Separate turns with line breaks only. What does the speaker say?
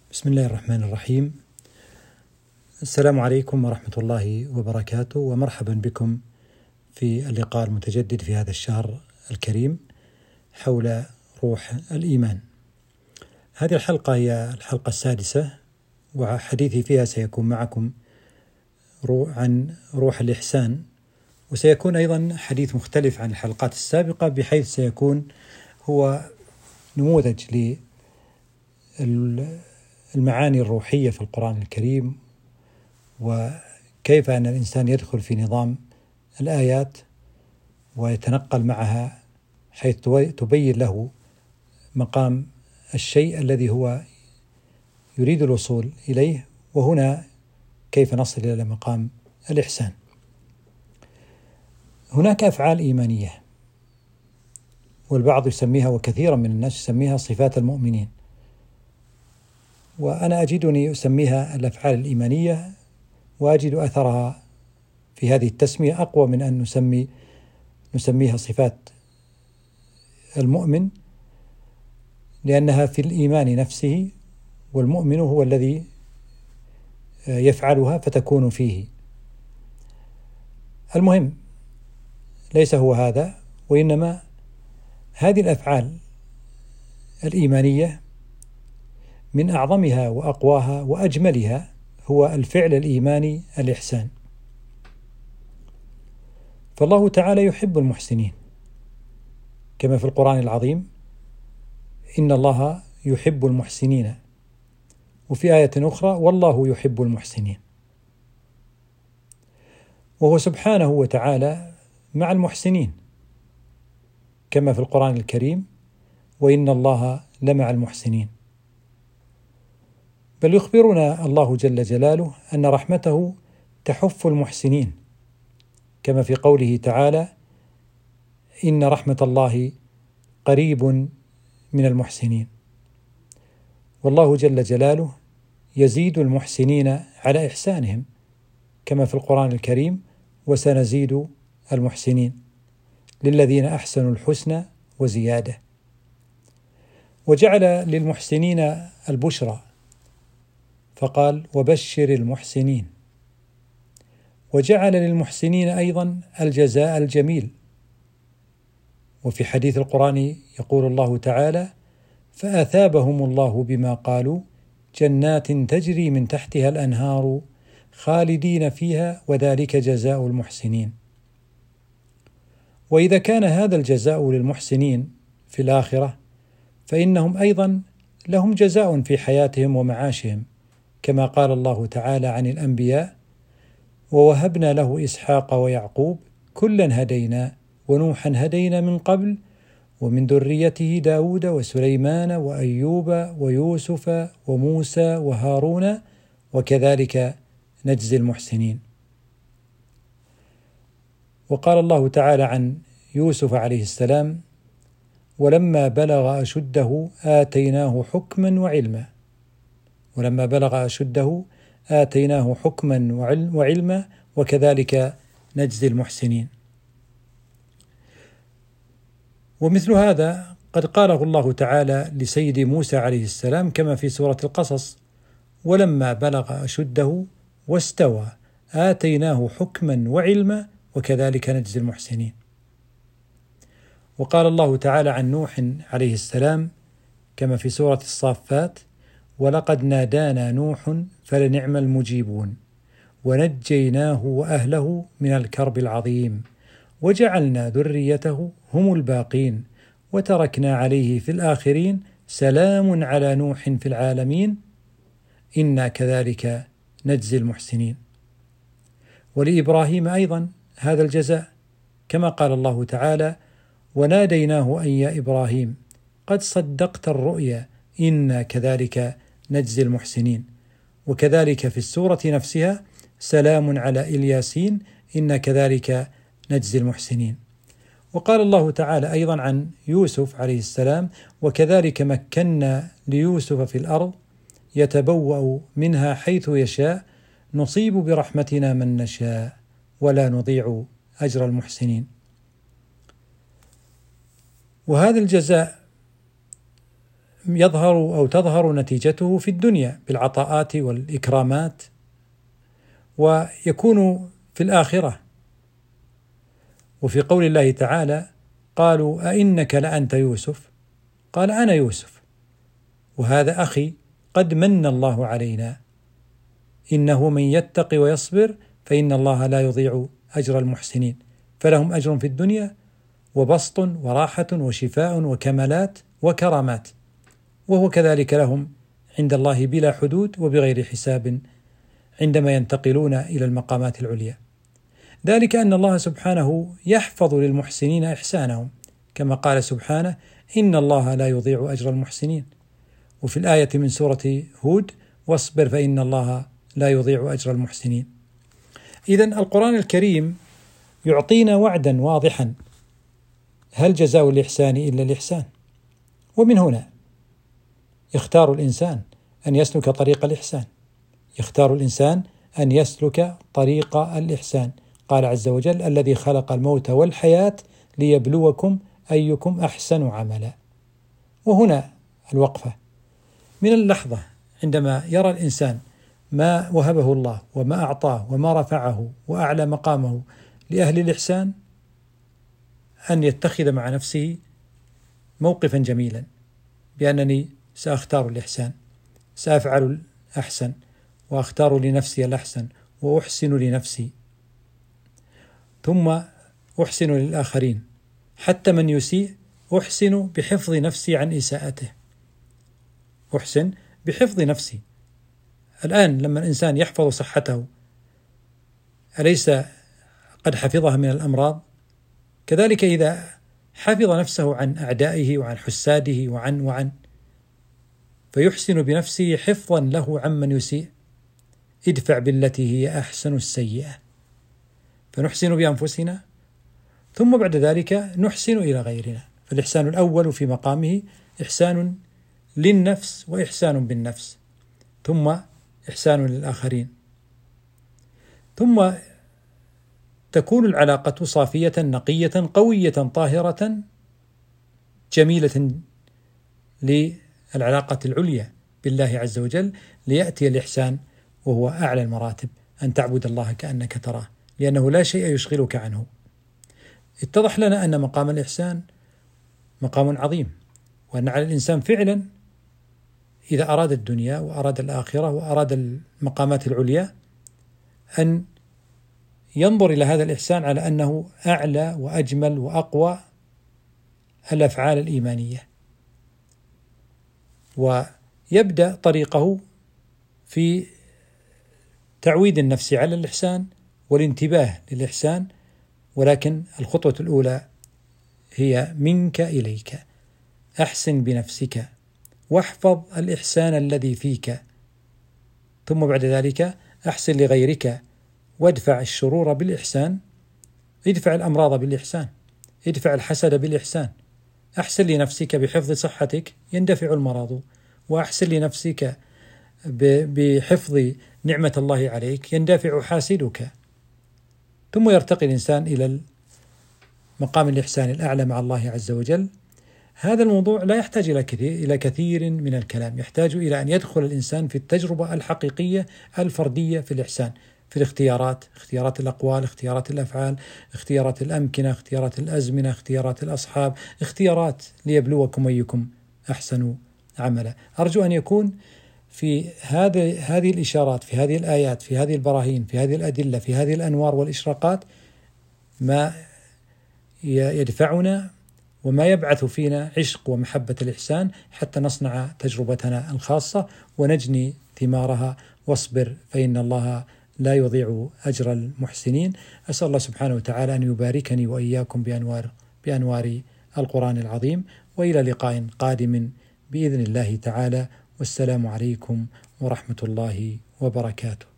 بسم الله الرحمن الرحيم. السلام عليكم ورحمة الله وبركاته، ومرحبا بكم في اللقاء المتجدد في هذا الشهر الكريم حول روح الإيمان. هذه الحلقة هي الحلقة السادسة، وحديثي فيها سيكون معكم عن روح الإحسان، وسيكون أيضا حديث مختلف عن الحلقات السابقة، بحيث سيكون هو نموذج للمعاني الروحية في القرآن الكريم، وكيف أن الإنسان يدخل في نظام الآيات ويتنقل معها، حيث تبين له مقام الشيء الذي هو يريد الوصول إليه، وهنا كيف نصل إلى مقام الإحسان. هناك أفعال إيمانية، والبعض يسميها، وكثيرا من الناس يسميها، صفات المؤمنين، وأنا أجدني أسميها الأفعال الإيمانية، وأجد أثرها في هذه التسمية أقوى من أن نسميها صفات المؤمن، لأنها في الإيمان نفسه، والمؤمن هو الذي يفعلها فتكون فيه. المهم ليس هو هذا، وإنما هذه الأفعال الإيمانية من أعظمها وأقواها وأجملها هو الفعل الإيماني الإحسان. فالله تعالى يحب المحسنين، كما في القرآن العظيم: إن الله يحب المحسنين، وفي آية أخرى: والله يحب المحسنين. وهو سبحانه وتعالى مع المحسنين، كما في القرآن الكريم: وإن الله لمع المحسنين. بل يخبرنا الله جل جلاله أن رحمته تحف المحسنين، كما في قوله تعالى: إن رحمة الله قريب من المحسنين. والله جل جلاله يزيد المحسنين على إحسانهم، كما في القرآن الكريم: وسنزيد المحسنين للذين أحسنوا الحسنى وزيادة. وجعل للمحسنين البشرى فقال: وبشر المحسنين. وجعل للمحسنين أيضا الجزاء الجميل، وفي حديث القرآن يقول الله تعالى: فأثابهم الله بما قالوا جنات تجري من تحتها الأنهار خالدين فيها وذلك جزاء المحسنين. وإذا كان هذا الجزاء للمحسنين في الآخرة، فإنهم أيضا لهم جزاء في حياتهم ومعاشهم، كما قال الله تعالى عن الأنبياء: ووهبنا له إسحاق ويعقوب كلا هدينا ونوحا هدينا من قبل ومن ذريته داود وسليمان وأيوب ويوسف وموسى وهارون وكذلك نجزي المحسنين. وقال الله تعالى عن يوسف عليه السلام: ولما بلغ أشده آتيناه حكما وعلما. ولما بلغ أشده آتيناه حكما وعلما وكذلك نجزي المحسنين. ومثل هذا قد قاله الله تعالى لسيد موسى عليه السلام، كما في سورة القصص: ولما بلغ أشده واستوى آتيناه حكما وعلما وكذلك نجزي المحسنين. وقال الله تعالى عن نوح عليه السلام، كما في سورة الصافات: ولقد نادانا نوح فلنعم المجيبون ونجيناه وأهله من الكرب العظيم وجعلنا ذريته هم الباقين وتركنا عليه في الآخرين سلام على نوح في العالمين إنا كذلك نجزي المحسنين. ولإبراهيم أيضا هذا الجزاء، كما قال الله تعالى: وناديناه أن يا إبراهيم قد صدقت الرؤيا إنا كذلك نجزي المحسنين. وكذلك في السورة نفسها: سلام على الياسين إنا كذلك نجزي المحسنين. وقال الله تعالى أيضا عن يوسف عليه السلام: وكذلك مكنا ليوسف في الأرض يتبوأ منها حيث يشاء نصيب برحمتنا من نشاء ولا نضيع أجر المحسنين. وهذا الجزاء يظهر أو تظهر نتيجته في الدنيا بالعطاءات والإكرامات، ويكون في الآخرة. وفي قول الله تعالى: قالوا أئنك لأنت يوسف؟ قال: أنا يوسف، وهذا أخي، قد من الله علينا، إنه من يتق ويصبر فإن الله لا يضيع أجر المحسنين، فلهم أجر في الدنيا وبسط وراحة وشفاء وكمالات وكرامات، وهو كذلك لهم عند الله بلا حدود وبغير حساب عندما ينتقلون إلى المقامات العليا. ذلك أن الله سبحانه يحفظ للمحسنين إحسانهم، كما قال سبحانه: إن الله لا يضيع أجر المحسنين. وفي الآية من سورة هود: واصبر فإن الله لا يضيع أجر المحسنين. إذن القرآن الكريم يعطينا وعدا واضحا: هل جزاء الإحسان إلا الإحسان؟ ومن هنا يختار الإنسان أن يسلك طريق الإحسان، يختار الإنسان أن يسلك طريق الإحسان. قال عز وجل: الذي خلق الموت والحياة ليبلوكم أيكم أحسن عملا. وهنا الوقفة من اللحظة عندما يرى الإنسان ما وهبه الله وما أعطاه وما رفعه وأعلى مقامه لأهل الإحسان، أن يتخذ مع نفسه موقفا جميلا بأنني سأختار الإحسان، سأفعل الأحسن، وأختار لنفسي الأحسن، وأحسن لنفسي، ثم أحسن للآخرين، حتى من يسيء أحسن بحفظ نفسي عن إساءته، أحسن بحفظ نفسي. الآن لما الإنسان يحفظ صحته أليس قد حفظها من الأمراض؟ كذلك إذا حفظ نفسه عن أعدائه وعن حساده وعن فيحسن بنفسه حفظا له عمن يسيء. ادفع بالتي هي أحسن السيئة، فنحسن بأنفسنا، ثم بعد ذلك نحسن إلى غيرنا. فالإحسان الأول في مقامه إحسان للنفس وإحسان بالنفس، ثم إحسان للآخرين، ثم تكون العلاقة صافية نقية قوية طاهرة جميلة للعلاقة العليا بالله عز وجل، ليأتي الإحسان وهو أعلى المراتب، أن تعبد الله كأنك تراه، لأنه لا شيء يشغلك عنه. اتضح لنا أن مقام الإحسان مقام عظيم، وأن على الإنسان فعلا إذا أراد الدنيا وأراد الآخرة وأراد المقامات العليا أن ينظر إلى هذا الإحسان على أنه أعلى وأجمل وأقوى الأفعال الإيمانية، ويبدأ طريقه في تعويد النفس على الإحسان والانتباه للإحسان. ولكن الخطوة الأولى هي منك إليك، أحسن بنفسك واحفظ الإحسان الذي فيك، ثم بعد ذلك أحسن لغيرك وادفع الشرور بالإحسان، ادفع الأمراض بالإحسان، ادفع الحسد بالإحسان. أحسن لنفسك بحفظ صحتك يندفع المرض، وأحسن لنفسك بحفظ نعمة الله عليك يندفع حاسدك. ثم يرتقي الإنسان إلى مقام الإحسان الأعلى مع الله عز وجل. هذا الموضوع لا يحتاج إلى كثير من الكلام، يحتاج إلى أن يدخل الإنسان في التجربة الحقيقية الفردية في الإحسان، في الاختيارات، اختيارات الأقوال، اختيارات الأفعال، اختيارات الأمكنة، اختيارات الأزمنة، اختيارات الأصحاب، اختيارات ليبلوكم أيكم أحسن عملا. أرجو أن يكون في هذه الإشارات، في هذه الآيات، في هذه البراهين، في هذه الأدلة، في هذه الأنوار والإشراقات ما يدفعنا وما يبعث فينا عشق ومحبة الإحسان، حتى نصنع تجربتنا الخاصة ونجني ثمارها. واصبر فإن الله لا يضيع أجر المحسنين. أسأل الله سبحانه وتعالى أن يباركني وإياكم بأنوار القرآن العظيم، وإلى لقاء قادم بإذن الله تعالى، والسلام عليكم ورحمة الله وبركاته.